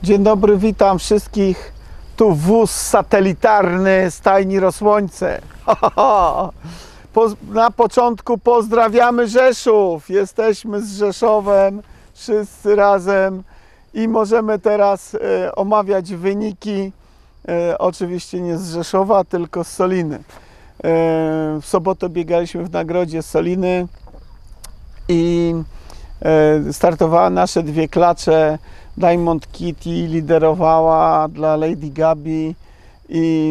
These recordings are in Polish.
Dzień dobry, witam wszystkich. Tu wóz satelitarny stajni Rosłońce. Na początku pozdrawiamy Rzeszów. Jesteśmy z Rzeszowem, wszyscy razem i możemy teraz omawiać wyniki. Oczywiście nie z Rzeszowa, tylko z Soliny. W sobotę biegaliśmy w nagrodzie Soliny i startowała nasze dwie klacze. Diamond Kitty liderowała dla Lady Gabi i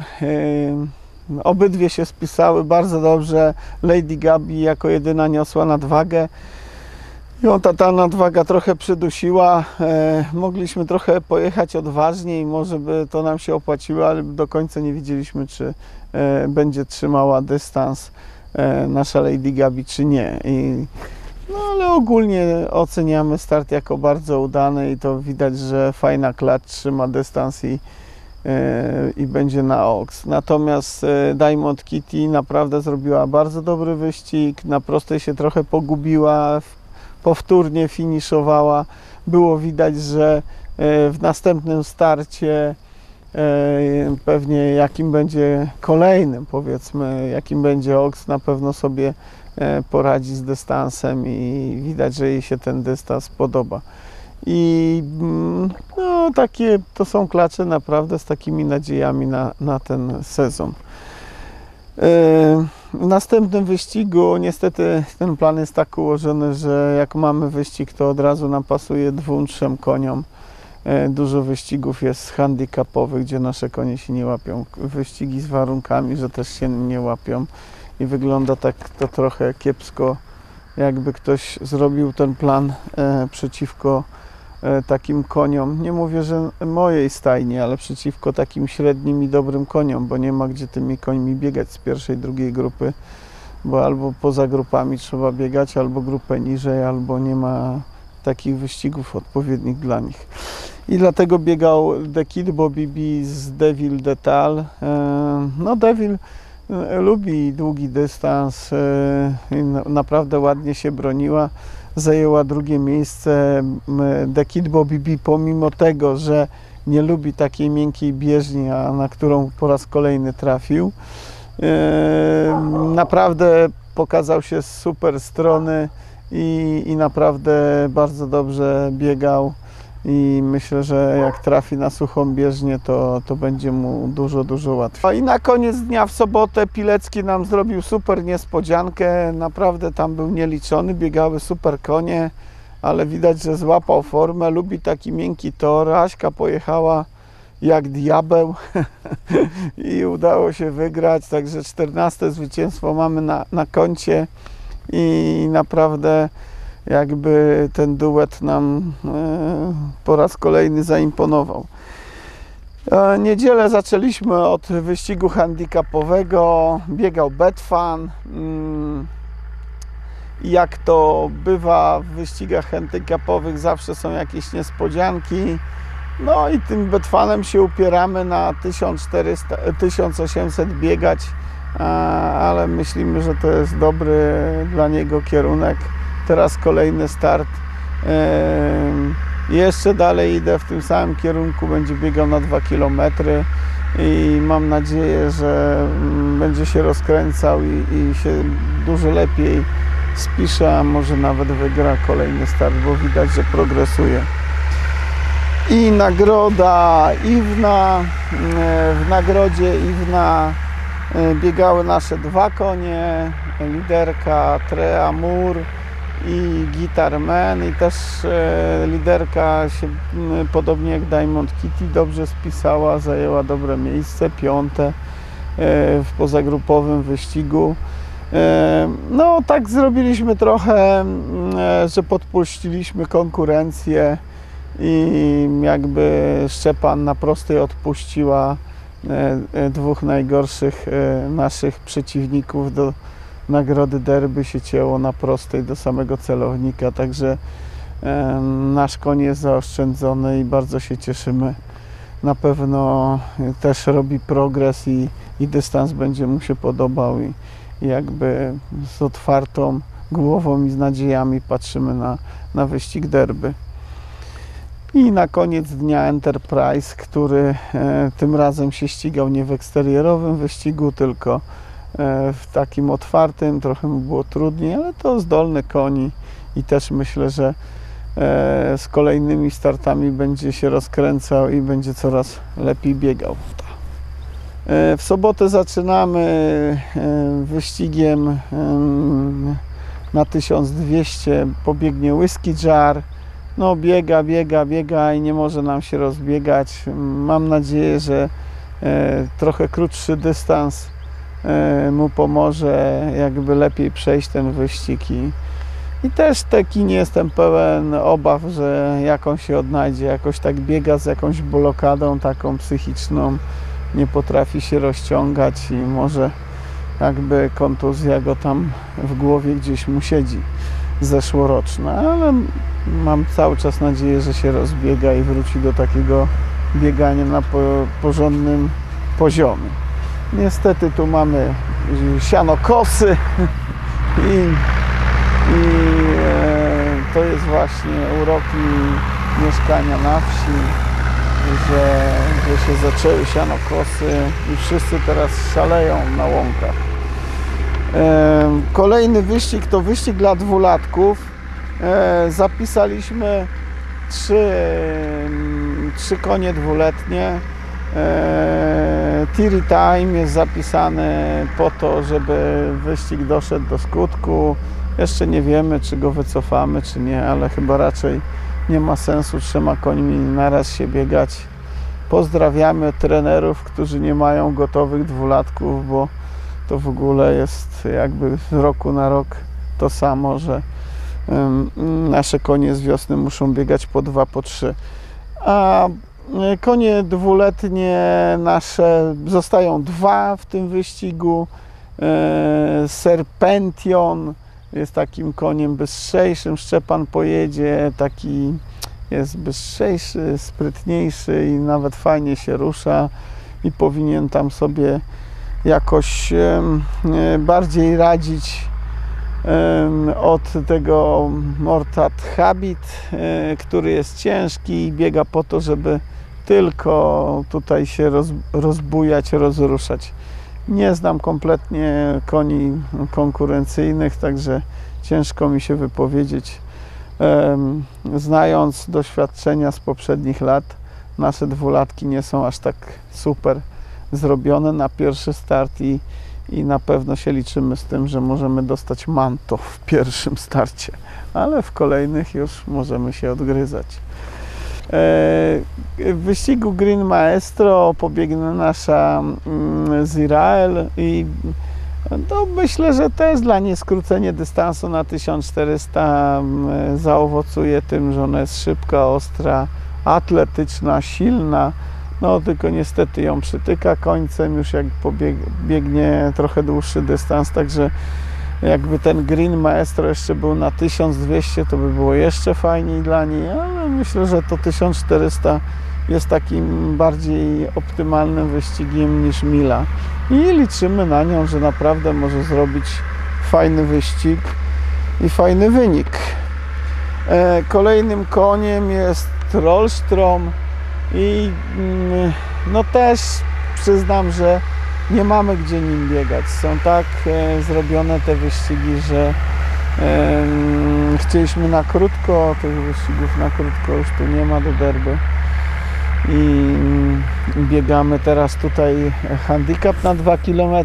obydwie się spisały bardzo dobrze. Lady Gabi jako jedyna niosła nadwagę. Ją ta nadwaga trochę przydusiła. Mogliśmy trochę pojechać odważniej, może by to nam się opłaciło, ale do końca nie wiedzieliśmy, czy będzie trzymała dystans nasza Lady Gabi, czy nie. No ale ogólnie oceniamy start jako bardzo udany i to widać, że fajna klacz trzyma dystans i będzie na oks. Natomiast Diamond Kitty naprawdę zrobiła bardzo dobry wyścig, na prostej się trochę pogubiła, powtórnie finiszowała. Było widać, że w następnym starcie pewnie jakim będzie kolejnym, powiedzmy, jakim będzie oks, na pewno sobie poradzi z dystansem i widać, że jej się ten dystans podoba. I no, takie to są klacze naprawdę z takimi nadziejami na ten sezon. W następnym wyścigu niestety ten plan jest tak ułożony, że jak mamy wyścig, to od razu nam pasuje 2-3 koniom. Dużo wyścigów jest handicapowych, gdzie nasze konie się nie łapią. Wyścigi z warunkami, że też się nie łapią. I wygląda tak to trochę kiepsko, jakby ktoś zrobił ten plan przeciwko takim koniom. Nie mówię, że mojej stajni, ale przeciwko takim średnim i dobrym koniom, bo nie ma gdzie tymi końmi biegać z pierwszej, drugiej grupy, bo albo poza grupami trzeba biegać, albo grupę niżej, albo nie ma takich wyścigów odpowiednich dla nich. I dlatego biegał The Kid Bobby B z Devil Detal. No Devil lubi długi dystans, naprawdę ładnie się broniła, zajęła drugie miejsce. The Kid Bobby B, pomimo tego, że nie lubi takiej miękkiej bieżni, a na którą po raz kolejny trafił, naprawdę pokazał się z super strony i naprawdę bardzo dobrze biegał. I myślę, że jak trafi na suchą bieżnię, to będzie mu dużo łatwiej. I na koniec dnia w sobotę Pilecki nam zrobił super niespodziankę. Naprawdę tam był nieliczony, biegały super konie, ale widać, że złapał formę, lubi taki miękki tor. Aśka pojechała jak diabeł i udało się wygrać, także 14 zwycięstwo mamy na koncie i naprawdę jakby ten duet nam po raz kolejny zaimponował. Niedzielę zaczęliśmy od wyścigu handicapowego, biegał Betfan. Jak to bywa w wyścigach handicapowych, zawsze są jakieś niespodzianki. No i tym Betfanem się upieramy na 1400-1800 biegać, ale myślimy, że to jest dobry dla niego kierunek. Teraz kolejny start. Jeszcze dalej idę w tym samym kierunku, będzie biegał na 2 km i mam nadzieję, że będzie się rozkręcał i się dużo lepiej spisze, a może nawet wygra kolejny start, bo widać, że progresuje. I nagroda Iwna. W nagrodzie Iwna biegały nasze dwa konie, liderka Treamur i Guitarman, i też liderka się podobnie jak Diamond Kitty dobrze spisała, zajęła dobre miejsce, 5. w pozagrupowym wyścigu. No tak zrobiliśmy trochę, że podpuściliśmy konkurencję i jakby Szczepan na prostej odpuściła dwóch najgorszych naszych przeciwników. Do nagrody derby się cięło na prostej do samego celownika, także nasz koń jest zaoszczędzony i bardzo się cieszymy. Na pewno też robi progres i dystans będzie mu się podobał i jakby z otwartą głową i z nadziejami patrzymy na wyścig derby. I na koniec dnia Enterprise, który tym razem się ścigał nie w eksterierowym wyścigu, tylko w takim otwartym. Trochę mu było trudniej, ale to zdolny koń i też myślę, że z kolejnymi startami będzie się rozkręcał i będzie coraz lepiej biegał. W sobotę zaczynamy wyścigiem na 1200, pobiegnie Whisky Jar. No biega i nie może nam się rozbiegać. Mam nadzieję, że trochę krótszy dystans mu pomoże jakby lepiej przejść ten wyścig i też taki nie jestem pełen obaw, że jak on się odnajdzie, jakoś tak biega z jakąś blokadą taką psychiczną, nie potrafi się rozciągać i może jakby kontuzja go tam w głowie gdzieś mu siedzi zeszłoroczna, ale mam cały czas nadzieję, że się rozbiega i wróci do takiego biegania na porządnym poziomie. Niestety tu mamy sianokosy i to jest właśnie uroki mieszkania na wsi, że się zaczęły sianokosy i wszyscy teraz szaleją na łąkach. Kolejny wyścig to wyścig dla dwulatków. Zapisaliśmy trzy konie dwuletnie. Tiri Time jest zapisany po to, żeby wyścig doszedł do skutku. Jeszcze nie wiemy, czy go wycofamy, czy nie, ale chyba raczej nie ma sensu 3 końmi naraz się biegać. Pozdrawiamy trenerów, którzy nie mają gotowych dwulatków, bo to w ogóle jest jakby z roku na rok to samo, że nasze konie z wiosny muszą biegać po 2, po 3. A konie dwuletnie nasze zostają 2 w tym wyścigu. Serpention jest takim koniem bystrzejszym. Szczepan pojedzie, taki jest bystrzejszy, sprytniejszy i nawet fajnie się rusza i powinien tam sobie jakoś bardziej radzić od tego Mortat Habit, który jest ciężki i biega po to, żeby tylko tutaj się rozbujać, rozruszać. Nie znam kompletnie koni konkurencyjnych, także ciężko mi się wypowiedzieć. Znając doświadczenia z poprzednich lat, nasze dwulatki nie są aż tak super zrobione na pierwszy start i na pewno się liczymy z tym, że możemy dostać manto w pierwszym starcie, ale w kolejnych już możemy się odgryzać. W wyścigu Green Maestro pobiegnie nasza Zirael i to myślę, że też dla niej skrócenie dystansu na 1400 zaowocuje tym, że ona jest szybka, ostra, atletyczna, silna. No tylko niestety ją przytyka końcem już jak biegnie trochę dłuższy dystans, także jakby ten Green Maestro jeszcze był na 1200, to by było jeszcze fajniej dla niej, ale myślę, że to 1400 jest takim bardziej optymalnym wyścigiem niż Mila i liczymy na nią, że naprawdę może zrobić fajny wyścig i fajny wynik. Kolejnym koniem jest Trollstrom i no też przyznam, że nie mamy gdzie nim biegać. Są tak zrobione te wyścigi, że chcieliśmy na krótko, tych wyścigów na krótko już tu nie ma do derby i biegamy teraz tutaj handicap na 2 km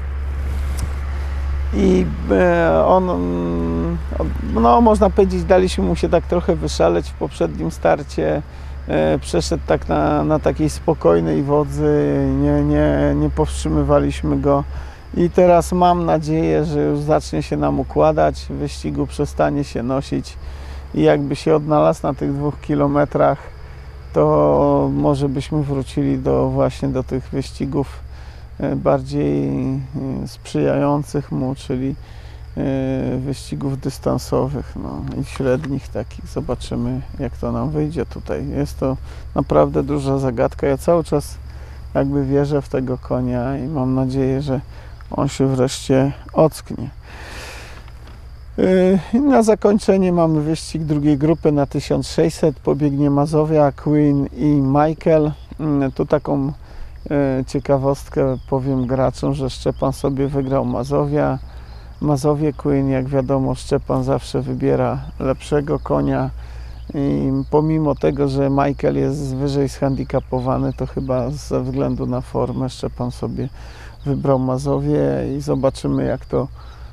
i on, no można powiedzieć, daliśmy mu się tak trochę wyszaleć w poprzednim starcie. Przeszedł tak na takiej spokojnej wodzy, nie powstrzymywaliśmy go i teraz mam nadzieję, że już zacznie się nam układać, w wyścigu przestanie się nosić i jakby się odnalazł na tych 2 kilometrach, to może byśmy wrócili właśnie do tych wyścigów bardziej sprzyjających mu, czyli wyścigów dystansowych, no i średnich takich. Zobaczymy, jak to nam wyjdzie tutaj. Jest to naprawdę duża zagadka. Ja cały czas jakby wierzę w tego konia, i mam nadzieję, że on się wreszcie ocknie. Na zakończenie mamy wyścig drugiej grupy na 1600. Pobiegnie Mazowia, Queen i Michael. Tu taką ciekawostkę powiem graczom, że Szczepan sobie wygrał Mazowię. Queen, jak wiadomo, Szczepan zawsze wybiera lepszego konia. I pomimo tego, że Michael jest wyżej zhandicapowany, to chyba ze względu na formę Szczepan sobie wybrał Mazowię i zobaczymy, jak to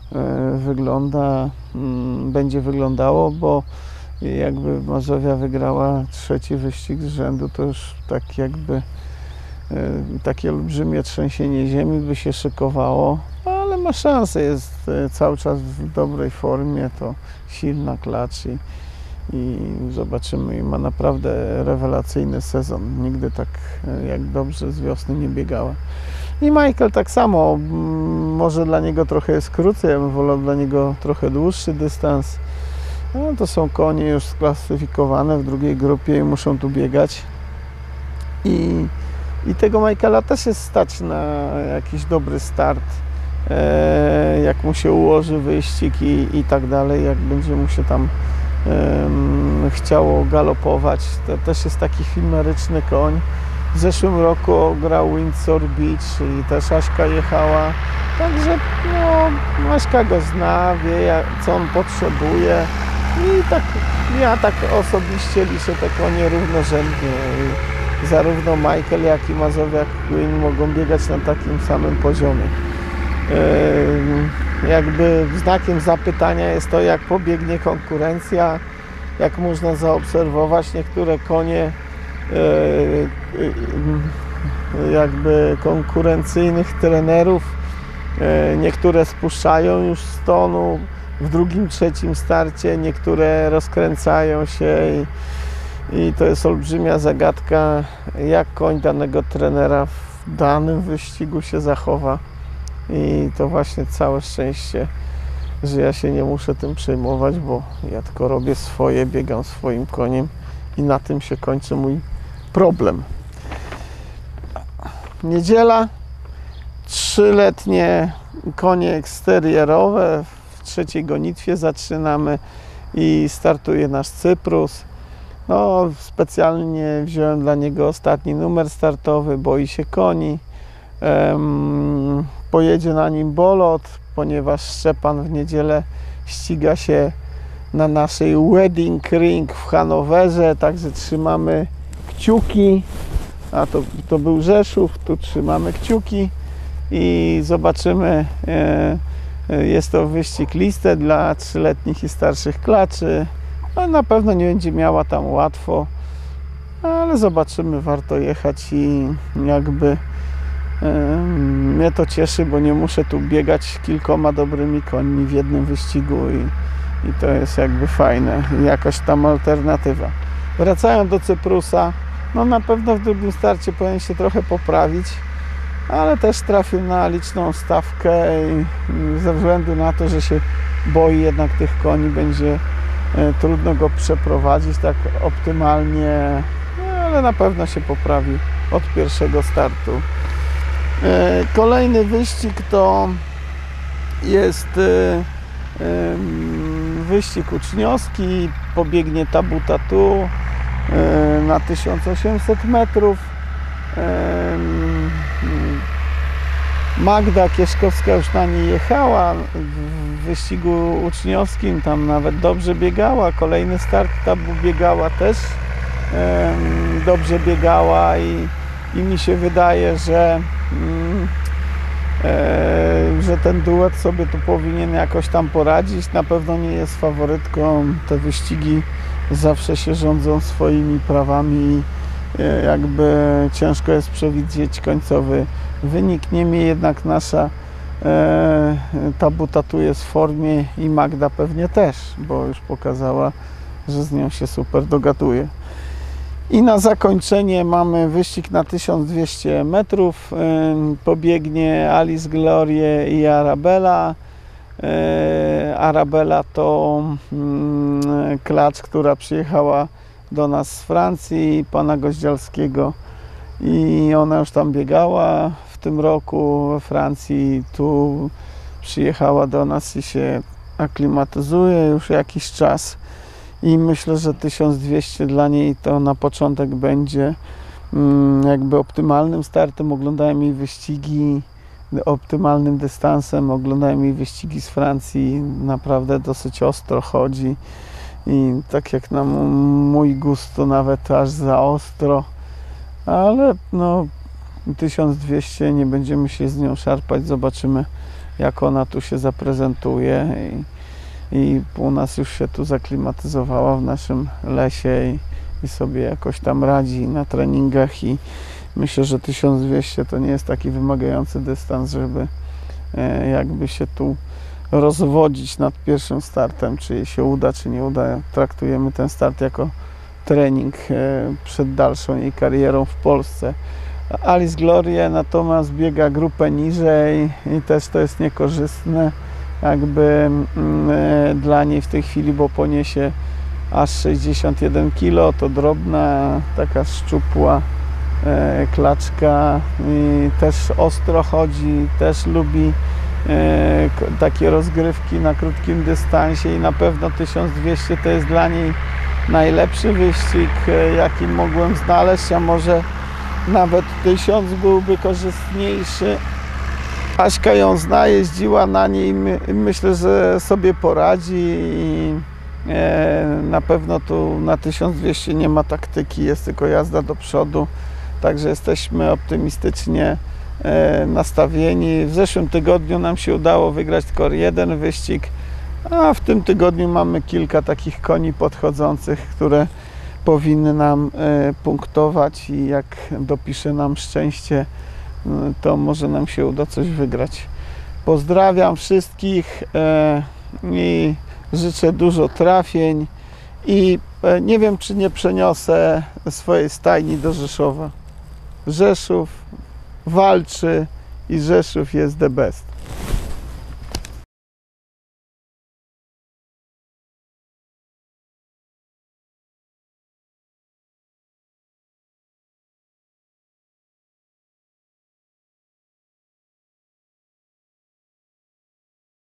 będzie wyglądało, bo jakby Mazowia wygrała trzeci wyścig z rzędu, to już tak jakby takie olbrzymie trzęsienie ziemi by się szykowało, ale ma szansę, jest cały czas w dobrej formie, to silna klacz i zobaczymy, i ma naprawdę rewelacyjny sezon, nigdy tak jak dobrze z wiosny nie biegała. I Michael tak samo, może dla niego trochę jest krócej, ja bym wolał dla niego trochę dłuższy dystans. No, to są konie już sklasyfikowane w drugiej grupie i muszą tu biegać. I tego Michaela też jest stać na jakiś dobry start, jak mu się ułoży wyścig i tak dalej, jak będzie mu się tam chciało galopować. To też jest taki chimeryczny koń. W zeszłym roku grał Windsor Beach i też Aśka jechała, także no, Aśka go zna, wie co on potrzebuje i tak, ja tak osobiście liczę te konie równorzędnie. I zarówno Michael, jak i Mazowia Queen mogą biegać na takim samym poziomie. Jakby znakiem zapytania jest to, jak pobiegnie konkurencja, jak można zaobserwować niektóre konie jakby konkurencyjnych trenerów, niektóre spuszczają już z tonu w drugim, trzecim starcie, niektóre rozkręcają się i to jest olbrzymia zagadka, jak koń danego trenera w danym wyścigu się zachowa. I to właśnie całe szczęście, że ja się nie muszę tym przejmować, bo ja tylko robię swoje, biegam swoim koniem i na tym się kończy mój problem. Niedziela, 3-letnie konie eksterierowe, w trzeciej gonitwie zaczynamy i startuje nasz Cyprus. No, specjalnie wziąłem dla niego ostatni numer startowy, boi się koni. Pojedzie na nim Bolot, ponieważ Szczepan w niedzielę ściga się na naszej Wedding Ring w Hanowerze, także trzymamy kciuki, a to był Rzeszów, tu trzymamy kciuki i zobaczymy. Jest to wyścig listy dla 3-letnich i starszych klaczy. No, na pewno nie będzie miała tam łatwo, ale zobaczymy, warto jechać i jakby mnie to cieszy, bo nie muszę tu biegać kilkoma dobrymi końmi w jednym wyścigu i to jest jakby fajne, jakaś tam alternatywa. Wracając do Cyprusa, no na pewno w drugim starcie powinien się trochę poprawić, ale też trafił na liczną stawkę i ze względu na to, że się boi jednak tych koni, będzie trudno go przeprowadzić tak optymalnie, no, ale na pewno się poprawi od pierwszego startu. Kolejny wyścig to jest wyścig uczniowski, pobiegnie Tabu Tattoo na 1800 metrów. Magda Kieszkowska już na niej jechała w wyścigu uczniowskim, tam nawet dobrze biegała. Kolejny start Tabu biegała też, dobrze biegała i mi się wydaje, że ten duet sobie tu powinien jakoś tam poradzić. Na pewno nie jest faworytką. Te wyścigi zawsze się rządzą swoimi prawami. Jakby ciężko jest przewidzieć końcowy wynik. Niemniej jednak nasza Tabu Tattoo jest w formie i Magda pewnie też, bo już pokazała, że z nią się super dogaduje. I na zakończenie mamy wyścig na 1200 metrów. Pobiegnie Alice Glorie i Arabella. Arabella to klacz, która przyjechała do nas z Francji, pana Goździalskiego, i ona już tam biegała w tym roku we Francji. Tu przyjechała do nas i się aklimatyzuje już jakiś czas i myślę, że 1200 dla niej to na początek będzie jakby optymalnym startem. Oglądałem jej wyścigi optymalnym dystansem, oglądałem jej wyścigi z Francji, naprawdę dosyć ostro chodzi i tak jak na mój gust to nawet aż za ostro, ale no 1200, nie będziemy się z nią szarpać, zobaczymy jak ona tu się zaprezentuje i u nas już się tu zaklimatyzowała w naszym lesie i sobie jakoś tam radzi na treningach i myślę, że 1200 to nie jest taki wymagający dystans, żeby jakby się tu rozwodzić nad pierwszym startem, czy jej się uda, czy nie uda. Traktujemy ten start jako trening przed dalszą jej karierą w Polsce. Alice Gloria natomiast biega grupę niżej i też to jest niekorzystne jakby dla niej w tej chwili, bo poniesie aż 61 kg, to drobna, taka szczupła klaczka i też ostro chodzi, też lubi takie rozgrywki na krótkim dystansie i na pewno 1200 to jest dla niej najlepszy wyścig, jaki mogłem znaleźć, a może nawet 1000 byłby korzystniejszy. Aśka ją zna, jeździła na niej, myślę, że sobie poradzi i na pewno tu na 1200 nie ma taktyki, jest tylko jazda do przodu, także jesteśmy optymistycznie nastawieni. W zeszłym tygodniu nam się udało wygrać tylko jeden wyścig, a w tym tygodniu mamy kilka takich koni podchodzących, które powinny nam punktować i jak dopisze nam szczęście, to może nam się uda coś wygrać. Pozdrawiam wszystkich i życzę dużo trafień i nie wiem, czy nie przeniosę swojej stajni do Rzeszowa. Rzeszów walczy i Rzeszów jest the best.